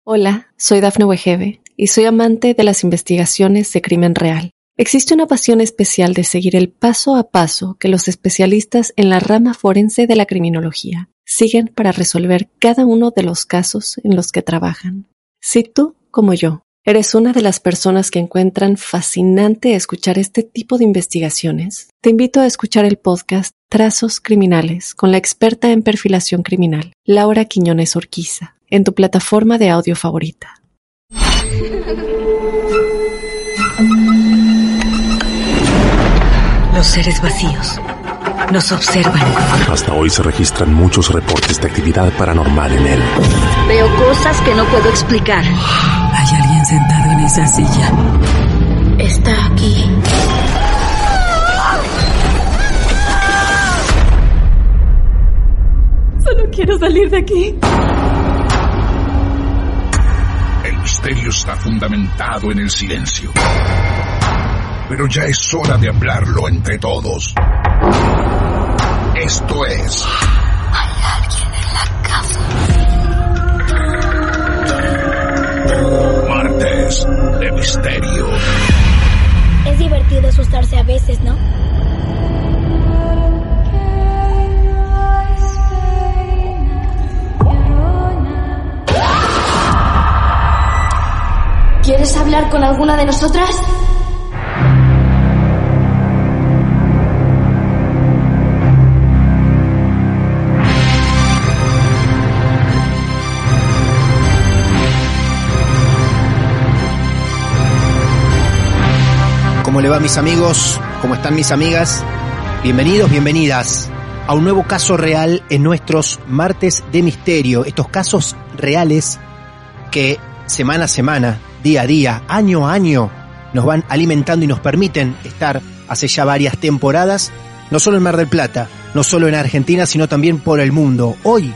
Hola, soy Dafne Wegebe y soy amante de las investigaciones de crimen real. Existe una pasión especial de seguir el paso a paso que los especialistas en la rama forense de la criminología siguen para resolver cada uno de los casos en los que trabajan. Si tú, como yo, eres una de las personas que encuentran fascinante escuchar este tipo de investigaciones, te invito a escuchar el podcast Trazos Criminales con la experta en perfilación criminal, Laura Quiñones Orquiza, en tu plataforma de audio favorita. Los seres vacíos nos observan. Hasta hoy se registran muchos reportes de actividad paranormal en él. Veo cosas que no puedo explicar. Hay alguien sentado en esa silla. Está aquí. Solo quiero salir de aquí. El misterio está fundamentado en el silencio. Pero ya es hora de hablarlo entre todos. Esto es... Hay alguien en la casa. Martes de Misterio. Es divertido asustarse a veces, ¿no? ¿Quieres hablar con alguna de nosotras? ¿Cómo le va, mis amigos? ¿Cómo están mis amigas? Bienvenidos, bienvenidas a un nuevo caso real en nuestros Martes de Misterio. Estos casos reales que semana a semana, día a día, año a año, nos van alimentando y nos permiten estar hace ya varias temporadas, no solo en Mar del Plata, no solo en Argentina, sino también por el mundo. Hoy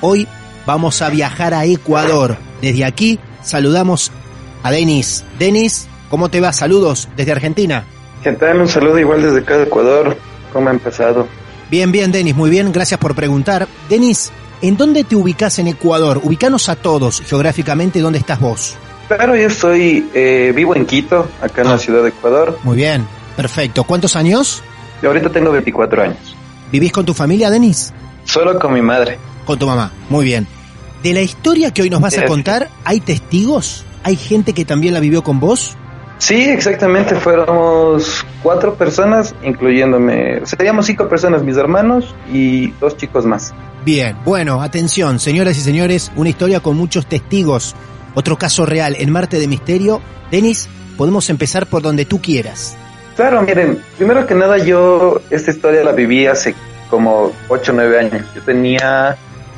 vamos a viajar a Ecuador. Desde aquí saludamos a Denis. Denis, ¿cómo te va? Saludos desde Argentina. ¿Qué tal? Un saludo igual desde acá de Ecuador. ¿Cómo ha empezado? Bien, Denis, muy bien. Gracias por preguntar. Denis, ¿en dónde te ubicás en Ecuador? Ubícanos a todos geográficamente. ¿Dónde estás vos? Claro, yo estoy vivo en Quito, acá en la ciudad de Ecuador. Muy bien, perfecto. ¿Cuántos años? Yo ahorita tengo 24 años. ¿Vivís con tu familia, Denis? Solo con mi madre. Con tu mamá, muy bien. De la historia que hoy nos vas a contar, ¿hay testigos? ¿Hay gente que también la vivió con vos? Sí, exactamente, fuéramos 4 personas, incluyéndome, seríamos 5 personas, mis hermanos y 2 chicos más. Bien, bueno, atención, señoras y señores, una historia con muchos testigos, otro caso real en Martes de Misterio. Denis, podemos empezar por donde tú quieras. Claro, miren, primero que nada yo esta historia la viví hace como 8 o 9 años, yo tenía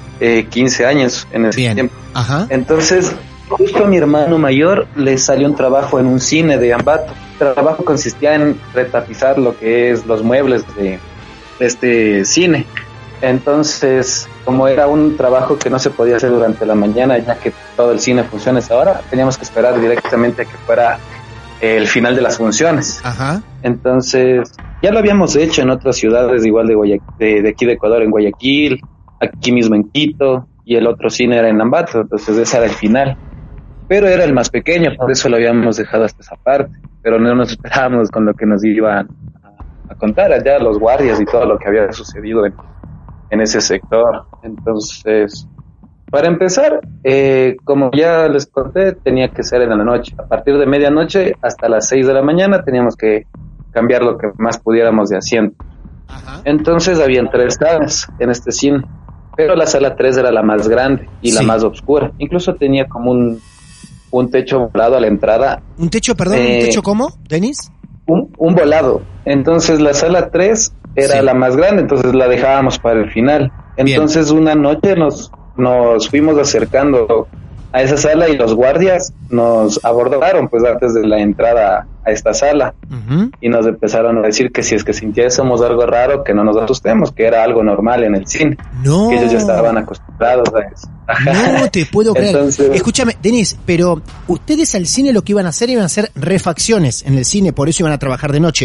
15 años en ese tiempo. Ajá. Entonces, justo a mi hermano mayor le salió un trabajo en un cine de Ambato. El trabajo consistía en retapizar lo que es los muebles de este cine. Entonces, como era un trabajo que no se podía hacer durante la mañana, ya que todo el cine funciona a esa hora, teníamos que esperar directamente a que fuera el final de las funciones. Ajá. Entonces, ya lo habíamos hecho en otras ciudades, igual de aquí de Ecuador, en Guayaquil, aquí mismo en Quito, y el otro cine era en Ambato, entonces ese era el final. Pero era el más pequeño, por eso lo habíamos dejado hasta esa parte, pero no nos esperábamos con lo que nos iban a contar allá los guardias y todo lo que había sucedido en ese sector. Entonces, para empezar, como ya les conté, tenía que ser en la noche. A partir de medianoche hasta las 6 de la mañana teníamos que cambiar lo que más pudiéramos de asiento. Ajá. Entonces habían 3 salas en este cine, pero la sala 3 era la más grande y la más oscura. Incluso tenía como un techo volado a la entrada. ¿Un techo, perdón? ¿Un techo cómo, Denis? Un volado. Entonces la sala 3 era la más grande, entonces la dejábamos para el final. Entonces una noche nos fuimos acercando a esa sala y los guardias nos abordaron pues antes de la entrada a esta sala. Uh-huh. Y nos empezaron a decir que si es que sintiésemos algo raro, que no nos asustemos, que era algo normal en el cine. No. Que ellos ya estaban acostumbrados a eso. No te puedo creer. Entonces, escúchame, Denis, pero ustedes al cine lo que iban a hacer refacciones en el cine, por eso iban a trabajar de noche.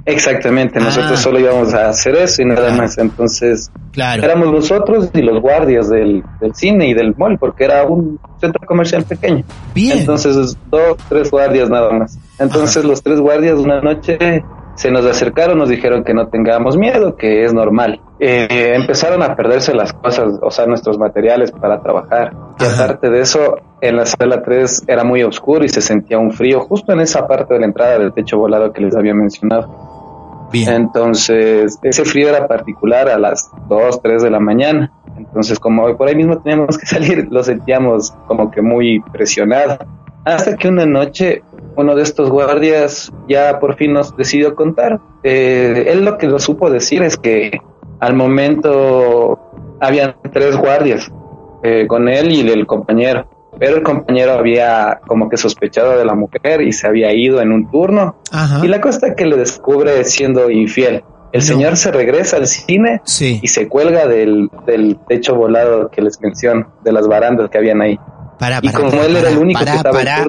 Exactamente, nosotros solo íbamos a hacer eso y nada más. Entonces, éramos nosotros y los guardias del cine y del mall, porque era un centro comercial pequeño. Bien. Entonces, 2, 3 guardias nada más. Entonces, los 3 guardias una noche se nos acercaron, nos dijeron que no tengamos miedo, que es normal. Empezaron a perderse las cosas, o sea, nuestros materiales para trabajar. Y aparte de eso, en la sala 3 era muy oscuro y se sentía un frío justo en esa parte de la entrada del techo volado que les había mencionado. Bien. Entonces, ese frío era particular a las 2, 3 de la mañana. Entonces, como por ahí mismo teníamos que salir, lo sentíamos como que muy presionado. Hasta que una noche, uno de estos guardias ya por fin nos decidió contar. Él lo que lo supo decir es que al momento habían 3 guardias, con él y el compañero. Pero el compañero había como que sospechado de la mujer y se había ido en un turno. Ajá. Y la cosa es que le descubre siendo infiel. El señor se regresa al cine y se cuelga del techo volado que les menciono, de las barandas que habían ahí. Y como él era el único que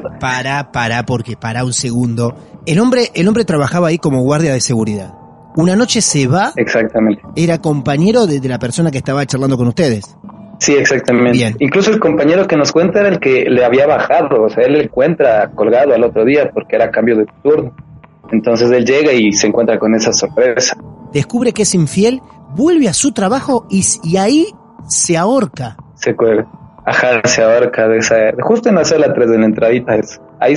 estaba porque un segundo. El hombre trabajaba ahí como guardia de seguridad. Una noche se va. Exactamente. Era compañero de la persona que estaba charlando con ustedes. Sí, exactamente. Bien. Incluso el compañero que nos cuenta era el que le había bajado, o sea, él le encuentra colgado al otro día porque era cambio de turno. Entonces él llega y se encuentra con esa sorpresa. Descubre que es infiel, vuelve a su trabajo y ahí se ahorca. Se cuelga. Ajá, se ahorca justo en la sala 3 de la entradita. Ahí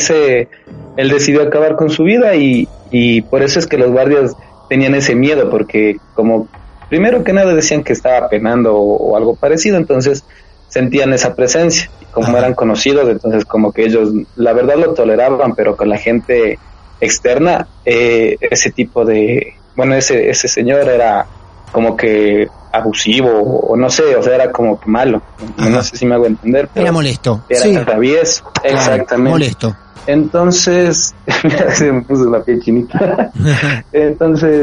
él decidió acabar con su vida y por eso es que los guardias tenían ese miedo, porque como primero que nada decían que estaba penando o algo parecido, entonces sentían esa presencia. Y como eran conocidos, entonces como que ellos la verdad lo toleraban, pero con la gente externa, ese tipo de... Bueno, ese señor era como que abusivo o no sé, o sea, era como que malo. No sé si me hago entender. Pero era molesto. Era travieso, exactamente. Molesto. Entonces, se me puso la piel chinita. Entonces,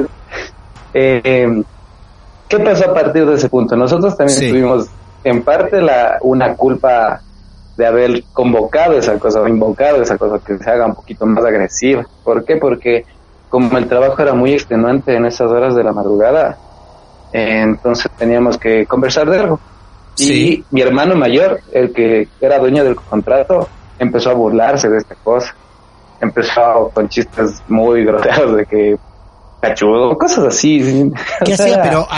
¿qué pasó a partir de ese punto? Nosotros también tuvimos en parte una culpa de haber convocado esa cosa o invocado esa cosa, que se haga un poquito más agresiva. ¿Por qué? Porque como el trabajo era muy extenuante en esas horas de la madrugada, entonces teníamos que conversar de algo. Y mi hermano mayor, el que era dueño del contrato, empezó a burlarse de esta cosa. Empezó con chistes muy groseros de que cachudo, cosas así. ¿Qué hacía? Pero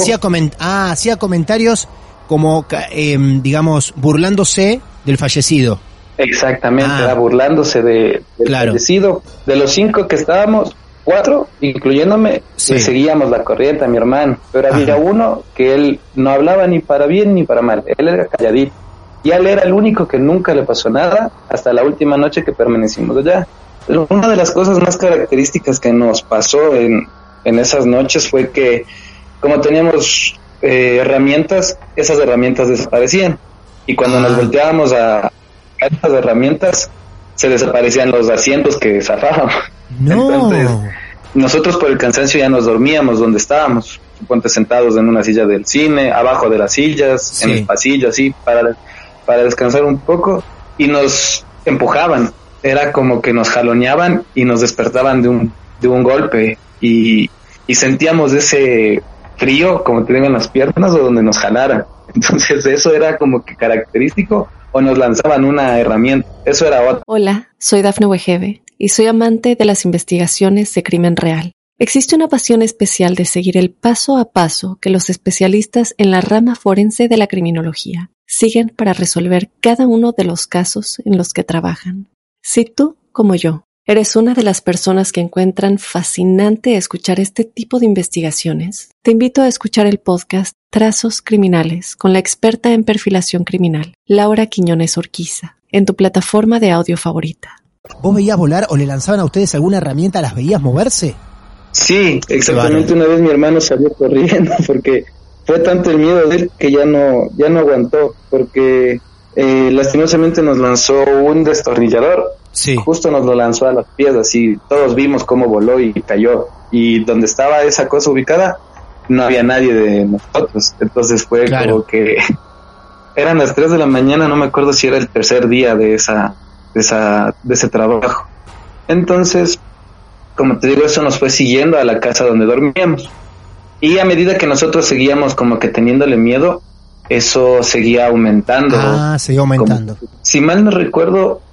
hacía comentarios como, digamos, burlándose del fallecido. Exactamente, era burlándose del fallecido. De los 5 que estábamos, 4, incluyéndome, le seguíamos la corriente a mi hermano. Pero había uno que él no hablaba ni para bien ni para mal. Él era calladito. Y él era el único que nunca le pasó nada hasta la última noche que permanecimos allá. Pero una de las cosas más características que nos pasó en esas noches fue que, como teníamos herramientas, esas herramientas desaparecían. Y cuando nos volteábamos a estas herramientas, se desaparecían los asientos que zafábamos. No. Entonces, nosotros por el cansancio ya nos dormíamos donde estábamos, suponte sentados en una silla del cine, abajo de las sillas, en el pasillo, así, para descansar un poco, y nos empujaban. Era como que nos jaloneaban y nos despertaban de un golpe, y sentíamos ese frío, como te digo, en las piernas o donde nos jalaran. Entonces eso era como que característico, o nos lanzaban una herramienta. Eso era otro. Hola, soy Dafne Wegebe y soy amante de las investigaciones de crimen real. Existe una pasión especial de seguir el paso a paso que los especialistas en la rama forense de la criminología siguen para resolver cada uno de los casos en los que trabajan. Si tú, como yo, eres una de las personas que encuentran fascinante escuchar este tipo de investigaciones, te invito a escuchar el podcast Trazos Criminales con la experta en perfilación criminal, Laura Quiñones Orquiza, en tu plataforma de audio favorita. ¿Vos veías volar o le lanzaban a ustedes alguna herramienta? ¿Las veías moverse? Sí, exactamente. Una vez mi hermano salió corriendo porque fue tanto el miedo de él que ya no aguantó, porque lastimosamente nos lanzó un destornillador. Sí. Justo nos lo lanzó a las pies, así todos vimos cómo voló y cayó, y donde estaba esa cosa ubicada no había nadie de nosotros. Entonces fue como que eran las 3 de la mañana, no me acuerdo si era el tercer día de ese trabajo. Entonces, como te digo, eso nos fue siguiendo a la casa donde dormíamos. Y a medida que nosotros seguíamos como que teniéndole miedo, eso seguía aumentando. Seguía aumentando. Si mal no recuerdo,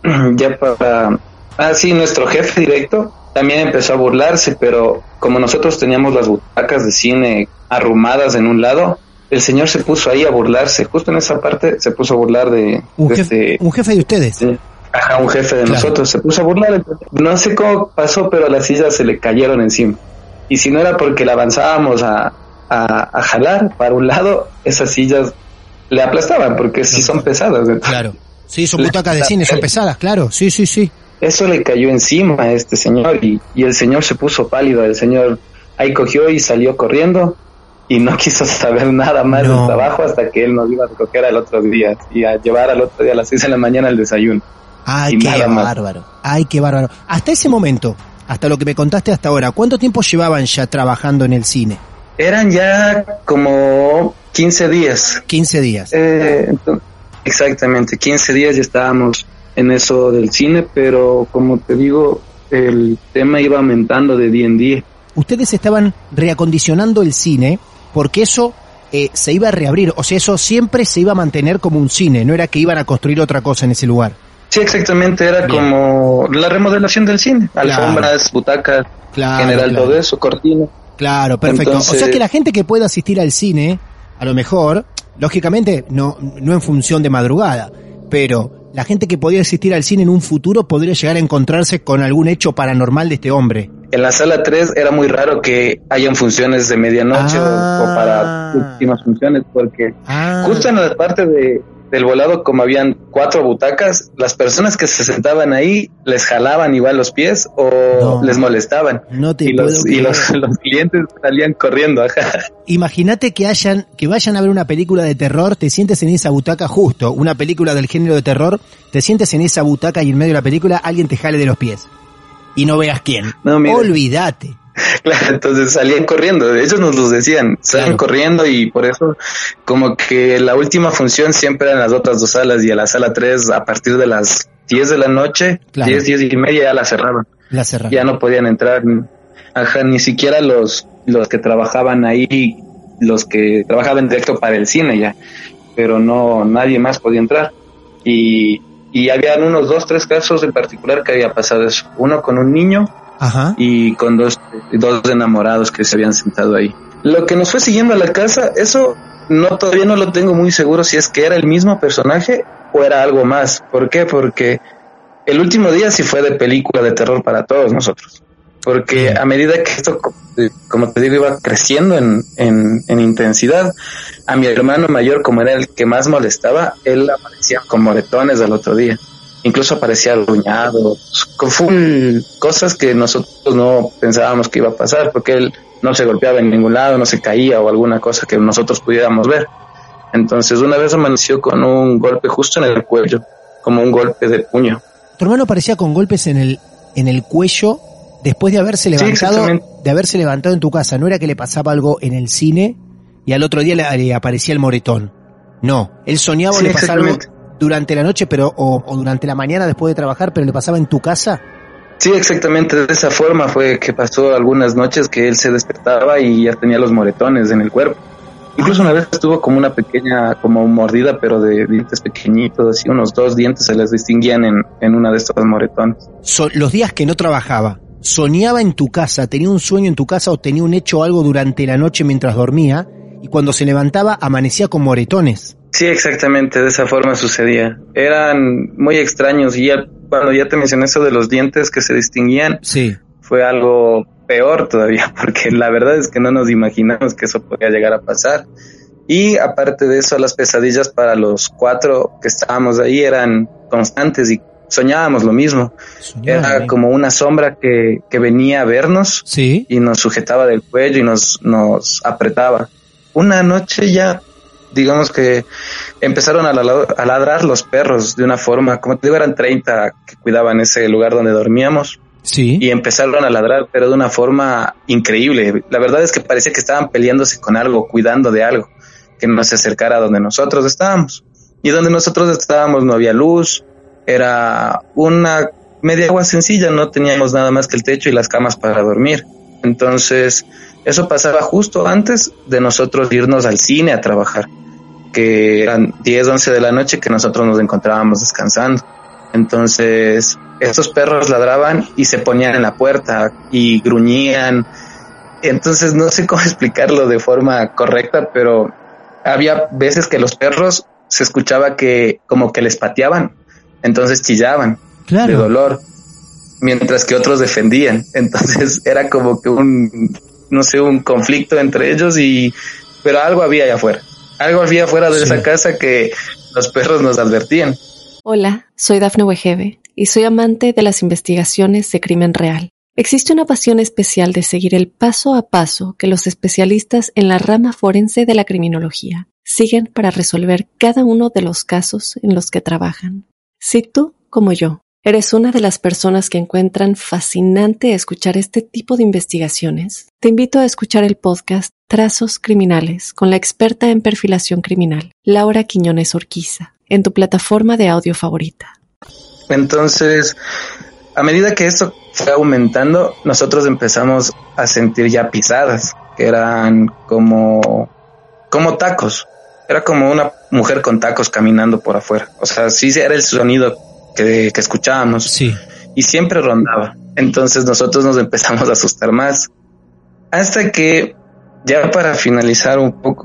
nuestro jefe directo también empezó a burlarse, pero como nosotros teníamos las butacas de cine arrumadas en un lado, el señor se puso ahí a burlarse, justo en esa parte se puso a burlar de... ¿Un jefe de ustedes? Sí. Ajá, un jefe de nosotros, se puso a burlar. No sé cómo pasó, pero las sillas se le cayeron encima. Y si no era porque le avanzábamos a jalar para un lado, esas sillas le aplastaban, porque sí son pesadas. Claro, sí, son butacas de cine, son pesadas, claro, sí. Eso le cayó encima a este señor y el señor se puso pálido. El señor ahí cogió y salió corriendo y no quiso saber nada más del trabajo hasta que él nos iba a recoger al otro día y a llevar al otro día a las 6 de la mañana el desayuno. Ay, qué bárbaro. Ay, qué bárbaro. Hasta ese momento, hasta lo que me contaste hasta ahora, ¿cuánto tiempo llevaban ya trabajando en el cine? Eran ya como 15 días. 15 días. Exactamente, 15 días ya estábamos en eso del cine, pero como te digo, el tema iba aumentando de día en día. Ustedes estaban reacondicionando el cine porque eso se iba a reabrir, o sea, eso siempre se iba a mantener como un cine, no era que iban a construir otra cosa en ese lugar. Sí, exactamente, era como la remodelación del cine, alfombras, butacas, general, todo eso, cortina. Claro, perfecto. Entonces, o sea que la gente que pueda asistir al cine, a lo mejor, lógicamente, no en función de madrugada, pero la gente que podía asistir al cine en un futuro podría llegar a encontrarse con algún hecho paranormal de este hombre. En la sala 3 era muy raro que hayan funciones de medianoche o para últimas funciones, porque justo en la parte del volado, como habían 4 butacas, las personas que se sentaban ahí les jalaban igual los pies o les molestaban. Y los clientes salían corriendo. Imagínate que vayan a ver una película de terror, te sientes en esa butaca justo, una película del género de terror, te sientes en esa butaca y en medio de la película alguien te jale de los pies. Y no veas quién. Olvídate. Claro, entonces salían corriendo, ellos nos los decían, salían corriendo, y por eso como que la última función siempre eran las otras 2 salas, y a la sala 3 a partir de las 10 de la noche, 10 y media ya la cerraban. Ya no podían entrar, ni siquiera los que trabajaban ahí, los que trabajaban directo para el cine ya, pero no, nadie más podía entrar. Y habían unos 2-3 casos en particular que había pasado eso, uno con un niño. Ajá. Y con dos enamorados que se habían sentado ahí. Lo que nos fue siguiendo a la casa, eso todavía no lo tengo muy seguro si es que era el mismo personaje o era algo más. ¿Por qué? Porque el último día sí fue de película de terror para todos nosotros. Porque a medida que esto, como te digo, iba creciendo en intensidad, a mi hermano mayor, como era el que más molestaba, él aparecía con moretones al otro día. Incluso aparecía arruñado, con cosas que nosotros no pensábamos que iba a pasar, porque él no se golpeaba en ningún lado, no se caía o alguna cosa que nosotros pudiéramos ver. Entonces una vez amaneció con un golpe justo en el cuello, como un golpe de puño. Tu hermano aparecía con golpes en el cuello después de haberse levantado en tu casa. No era que le pasaba algo en el cine y al otro día le aparecía el moretón. No, él soñaba o le pasaba algo durante la noche, pero o durante la mañana después de trabajar, pero le pasaba en tu casa. Sí, exactamente, de esa forma fue que pasó algunas noches que él se despertaba y ya tenía los moretones en el cuerpo. Incluso una vez estuvo como una pequeña, como mordida, pero de dientes pequeñitos, así unos 2 dientes se les distinguían en una de estos moretones. Los días que no trabajaba, soñaba en tu casa, tenía un sueño en tu casa o tenía un hecho o algo durante la noche mientras dormía, y cuando se levantaba amanecía con moretones. Sí, exactamente, de esa forma sucedía. Eran muy extraños, y cuando ya te mencioné eso de los dientes que se distinguían, fue algo peor todavía, porque la verdad es que no nos imaginamos que eso podía llegar a pasar. Y aparte de eso, las pesadillas para los 4 que estábamos ahí eran constantes y soñábamos lo mismo. Era como una sombra que venía a vernos y nos sujetaba del cuello y nos apretaba. Una noche ya, digamos que empezaron a ladrar los perros de una forma, como te digo, eran 30 que cuidaban ese lugar donde dormíamos. Y empezaron a ladrar, pero de una forma increíble. La verdad es que parecía que estaban peleándose con algo, cuidando de algo, que no se acercara a donde nosotros estábamos. Y donde nosotros estábamos no había luz, era una media agua sencilla, no teníamos nada más que el techo y las camas para dormir. Entonces, eso pasaba justo antes de nosotros irnos al cine a trabajar, que eran 10, 11 de la noche que nosotros nos encontrábamos descansando. Entonces, estos perros ladraban y se ponían en la puerta y gruñían. Entonces, no sé cómo explicarlo de forma correcta, pero había veces que los perros se escuchaba que como que les pateaban, entonces chillaban de dolor, mientras que otros defendían. Entonces era como que un conflicto entre ellos, pero algo había allá afuera. Algo había afuera de esa casa que los perros nos advertían. Hola, soy Dafne Wegebe y soy amante de las investigaciones de crimen real. Existe una pasión especial de seguir el paso a paso que los especialistas en la rama forense de la criminología siguen para resolver cada uno de los casos en los que trabajan. Si tú, como yo, eres una de las personas que encuentran fascinante escuchar este tipo de investigaciones, te invito a escuchar el podcast Trazos Criminales con la experta en perfilación criminal, Laura Quiñones Orquiza, en tu plataforma de audio favorita. Entonces, a medida que esto fue aumentando, nosotros empezamos a sentir ya pisadas, que eran como tacos. Era como una mujer con tacos caminando por afuera. O sea, sí era el sonido que escuchábamos. Sí. Y siempre rondaba. Entonces nosotros nos empezamos a asustar más. Hasta que ya para finalizar,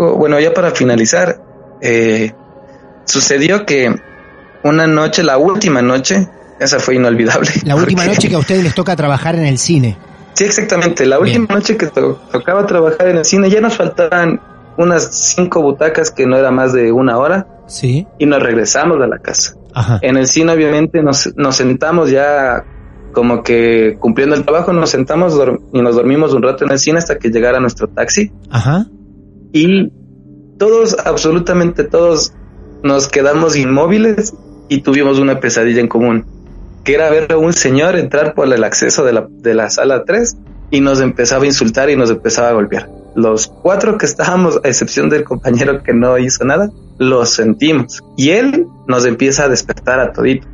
sucedió que una noche, la última noche, esa fue inolvidable. La última noche que a ustedes les toca trabajar en el cine. Sí, exactamente. La última noche que tocaba trabajar en el cine, ya nos faltaban unas 5 butacas que no era más de 1 hora. Sí. Y nos regresamos a la casa. Ajá. En el cine, obviamente, nos sentamos ya como que cumpliendo el trabajo, nos sentamos y nos dormimos un rato en el cine hasta que llegara nuestro taxi. Ajá. Y todos, absolutamente todos, nos quedamos inmóviles y tuvimos una pesadilla en común, que era ver a un señor entrar por el acceso de la sala 3 y nos empezaba a insultar y nos empezaba a golpear. Los 4 que estábamos, a excepción del compañero que no hizo nada, lo sentimos. Y él nos empieza a despertar a todito.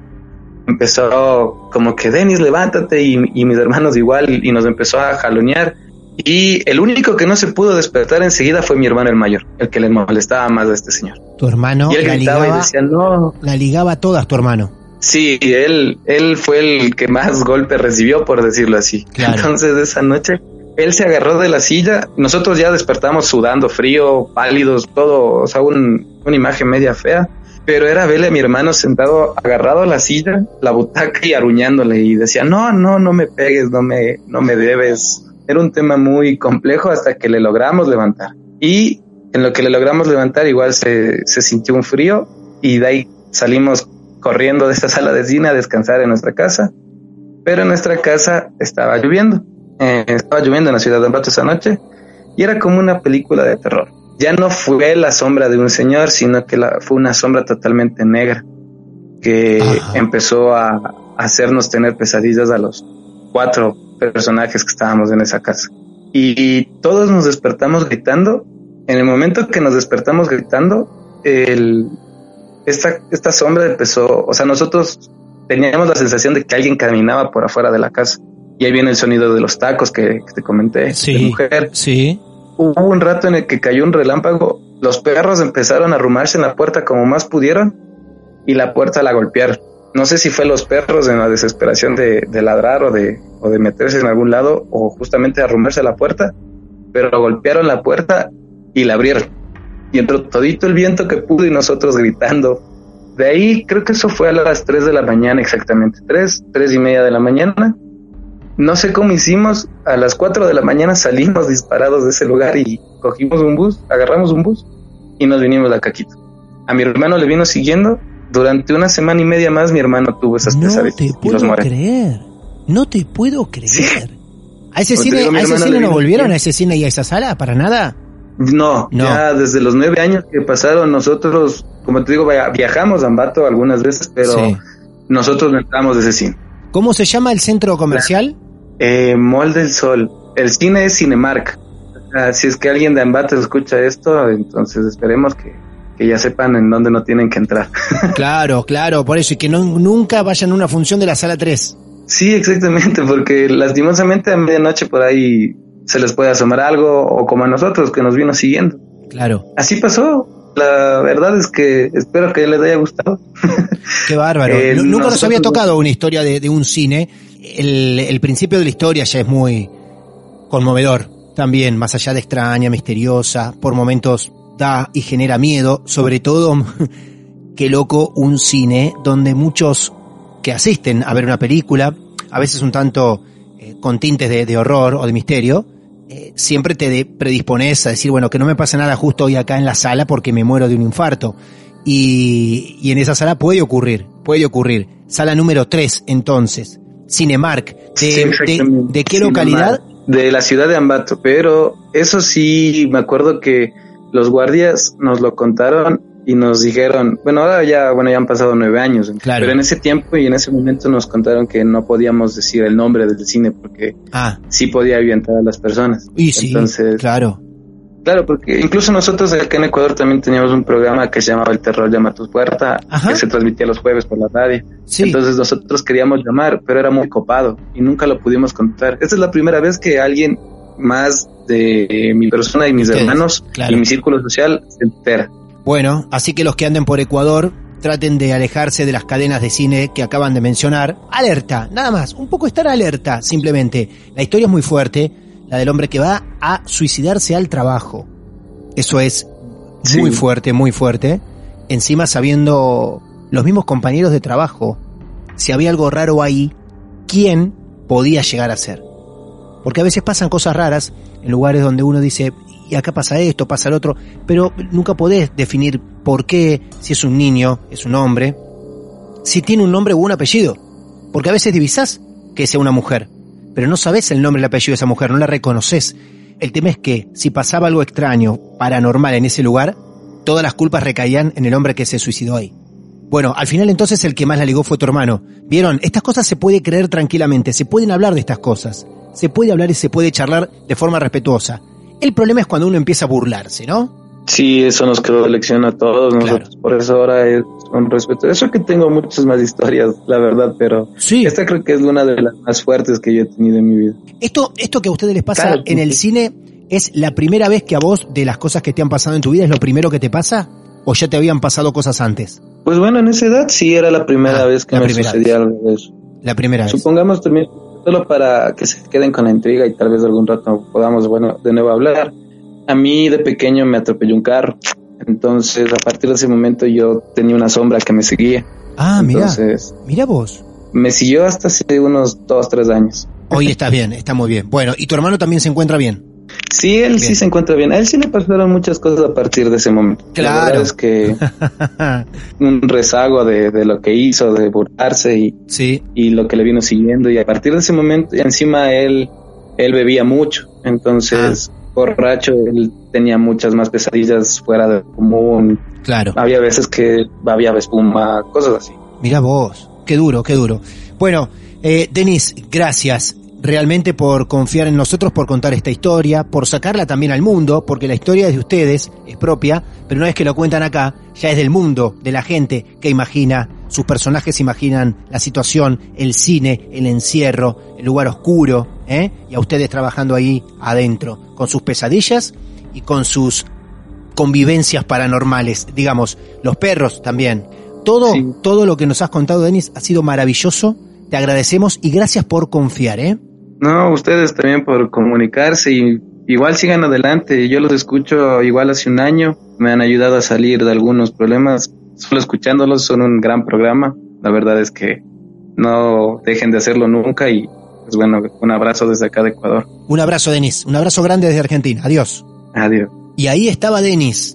Empezó como que, Denis, levántate, y mis hermanos igual, y nos empezó a jalonear. Y el único que no se pudo despertar enseguida fue mi hermano el mayor, el que le molestaba más a este señor. Tu hermano, y él gritaba y decía, no. La ligaba a todas, tu hermano. Sí, él fue el que más golpes recibió, por decirlo así. Claro. Entonces, esa noche, él se agarró de la silla. Nosotros ya despertamos sudando, frío, pálidos, todo, o sea, una imagen media fea. Pero era verle a mi hermano sentado, agarrado a la silla, la butaca, y aruñándole, y decía, no me pegues, no me debes. Era un tema muy complejo hasta que le logramos levantar. Y en lo que le logramos levantar, igual se sintió un frío, y de ahí salimos corriendo de esta sala de cine a descansar en nuestra casa. Pero en nuestra casa estaba lloviendo. Estaba lloviendo en la ciudad de Ambato esa noche, y era como una película de terror. Ya no fue la sombra de un señor, sino que fue una sombra totalmente negra, que empezó a hacernos tener pesadillas a los 4 personajes que estábamos en esa casa. Y todos nos despertamos gritando. En el momento que nos despertamos gritando, esta sombra empezó, o sea, nosotros teníamos la sensación de que alguien caminaba por afuera de la casa. Y ahí viene el sonido de los tacos que te comenté, sí, de mujer. Sí. Hubo un rato en el que cayó un relámpago, los perros empezaron a arrumarse en la puerta como más pudieron, y la puerta la golpearon. No sé si fue los perros en la desesperación de ladrar o de meterse en algún lado, o justamente arrumarse a la puerta, pero golpearon la puerta y la abrieron. Y entró todito el viento que pudo y nosotros gritando. De ahí creo que eso fue a las 3 de la mañana exactamente, 3:30 de la mañana. No sé cómo hicimos, a las 4 de la mañana salimos disparados de ese lugar y cogimos un bus, agarramos un bus y nos vinimos a Caquito. A mi hermano le vino siguiendo, durante 1 semana y media más mi hermano tuvo esas pesadillas. No te puedo creer. Sí. ¿A ese cine no volvieron? ¿A ese cine y a esa sala? ¿Para nada? No, ya desde los 9 años que pasaron nosotros, como te digo, viajamos a Ambato algunas veces, pero nosotros no entramos de ese cine. ¿Cómo se llama el centro comercial? Mall del Sol. El cine es Cinemark. Si es que alguien de Ambato escucha esto, entonces esperemos que ya sepan en dónde no tienen que entrar. Claro, por eso, y que nunca vayan a una función de la sala 3. Sí, exactamente, porque lastimosamente a medianoche por ahí se les puede asomar algo, o como a nosotros que nos vino siguiendo. Claro. Así pasó. La verdad es que espero que les haya gustado. Qué bárbaro. Nunca nos había tocado una historia de un cine. El principio de la historia ya es muy conmovedor también, más allá de extraña, misteriosa, por momentos da y genera miedo, sobre todo, qué loco, un cine donde muchos que asisten a ver una película, a veces un tanto con tintes de horror o de misterio, siempre te predispones a decir, bueno, que no me pase nada justo hoy acá en la sala porque me muero de un infarto. Y en esa sala puede ocurrir. Sala número 3, entonces. Cinemark. ¿De qué localidad? De la ciudad de Ambato, pero eso sí, me acuerdo que los guardias nos lo contaron y nos dijeron, ahora ya han pasado 9 años, claro. Pero en ese tiempo y en ese momento nos contaron que no podíamos decir el nombre del cine porque sí podía ahuyentar a las personas. Y sí, entonces, claro, porque incluso nosotros acá en Ecuador también teníamos un programa que se llamaba El Terror Llama a tu Puerta, que se transmitía los jueves por la radio. Sí. Entonces nosotros queríamos llamar, pero era muy copado y nunca lo pudimos contar. Esta es la primera vez que alguien más de mi persona y mis hermanos y mi círculo social se entera. Bueno, así que los que anden por Ecuador, traten de alejarse de las cadenas de cine que acaban de mencionar. Alerta, nada más, un poco estar alerta, simplemente. La historia es muy fuerte, la del hombre que va a suicidarse al trabajo. Eso es muy fuerte, muy fuerte. Encima sabiendo los mismos compañeros de trabajo, si había algo raro ahí, ¿quién podía llegar a ser? Porque a veces pasan cosas raras en lugares donde uno dice, y acá pasa esto, pasa el otro, pero nunca podés definir por qué, si es un niño, es un hombre, si tiene un nombre o un apellido. Porque a veces divisás que sea una mujer, pero no sabés el nombre y el apellido de esa mujer, no la reconoces. El tema es que si pasaba algo extraño, paranormal en ese lugar, todas las culpas recaían en el hombre que se suicidó ahí. Bueno, al final entonces el que más la ligó fue tu hermano. ¿Vieron? Estas cosas se puede creer tranquilamente, se pueden hablar de estas cosas. Se puede hablar y se puede charlar de forma respetuosa. El problema es cuando uno empieza a burlarse, ¿no? Sí, eso nos quedó de lección a todos nosotros. Por eso ahora es un respeto. Eso que tengo muchas más historias, la verdad, pero esta creo que es una de las más fuertes que yo he tenido en mi vida. Esto que a ustedes les pasa en el cine, ¿es la primera vez que a vos, de las cosas que te han pasado en tu vida, es lo primero que te pasa? ¿O ya te habían pasado cosas antes? Pues en esa edad sí era la primera vez que me sucedía algo de eso. La primera vez. Supongamos también, solo para que se queden con la intriga y tal vez algún rato podamos, de nuevo hablar. A mí de pequeño me atropelló un carro. Entonces, a partir de ese momento yo tenía una sombra que me seguía. Entonces, mira vos. Me siguió hasta hace unos 2-3 años. Hoy estás bien, está muy bien. Bueno, ¿y tu hermano también se encuentra bien? Sí, él sí se encuentra bien. A él sí le pasaron muchas cosas a partir de ese momento. Claro. La verdad es que un rezago de lo que hizo, de burlarse y lo que le vino siguiendo. Y a partir de ese momento, encima él bebía mucho. Entonces, borracho, él tenía muchas más pesadillas fuera de común. Claro. Había veces que había espuma, cosas así. Mira vos, qué duro, qué duro. Bueno, Denis, gracias realmente por confiar en nosotros, por contar esta historia, por sacarla también al mundo, porque la historia es de ustedes, es propia, pero una vez que lo cuentan acá, ya es del mundo, de la gente que imagina, sus personajes imaginan la situación, el cine, el encierro, el lugar oscuro, y a ustedes trabajando ahí adentro, con sus pesadillas y con sus convivencias paranormales, digamos, los perros también. Todo lo que nos has contado, Denis, ha sido maravilloso. Te agradecemos y gracias por confiar, No, ustedes también por comunicarse y igual sigan adelante. Yo los escucho igual hace un año. Me han ayudado a salir de algunos problemas. Solo escuchándolos son un gran programa. La verdad es que no dejen de hacerlo nunca y pues un abrazo desde acá de Ecuador. Un abrazo, Denis. Un abrazo grande desde Argentina. Adiós. Adiós. Y ahí estaba Denis,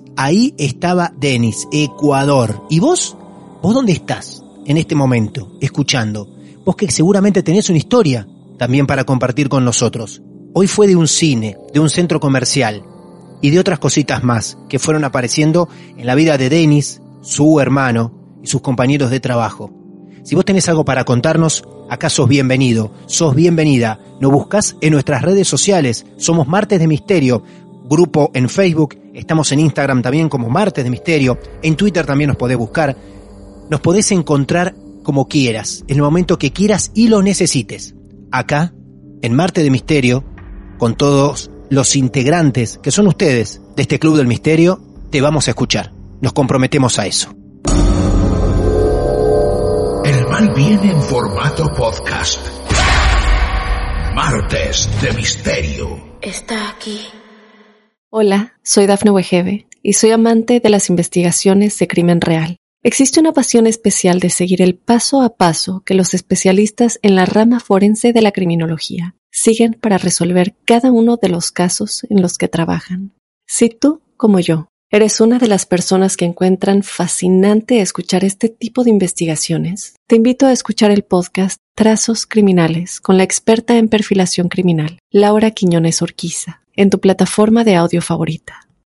Ecuador. ¿Y vos? ¿Vos dónde estás en este momento, escuchando? Vos que seguramente tenés una historia también para compartir con nosotros. Hoy fue de un cine, de un centro comercial y de otras cositas más que fueron apareciendo en la vida de Denis, su hermano y sus compañeros de trabajo. Si vos tenés algo para contarnos, acá sos bienvenido, sos bienvenida. Nos buscás en nuestras redes sociales. Somos Martes de Misterio, grupo en Facebook. Estamos en Instagram también como Martes de Misterio. En Twitter también nos podés buscar. Nos podés encontrar como quieras, en el momento que quieras y lo necesites. Acá, en Martes de Misterio, con todos los integrantes que son ustedes de este Club del Misterio, te vamos a escuchar. Nos comprometemos a eso. El mal viene en formato podcast. Martes de Misterio. Está aquí. Hola, soy Dafne Wegebe y soy amante de las investigaciones de crimen real. Existe una pasión especial de seguir el paso a paso que los especialistas en la rama forense de la criminología siguen para resolver cada uno de los casos en los que trabajan. Si tú, como yo, eres una de las personas que encuentran fascinante escuchar este tipo de investigaciones, te invito a escuchar el podcast Trazos Criminales con la experta en perfilación criminal, Laura Quiñones Orquiza, en tu plataforma de audio favorita.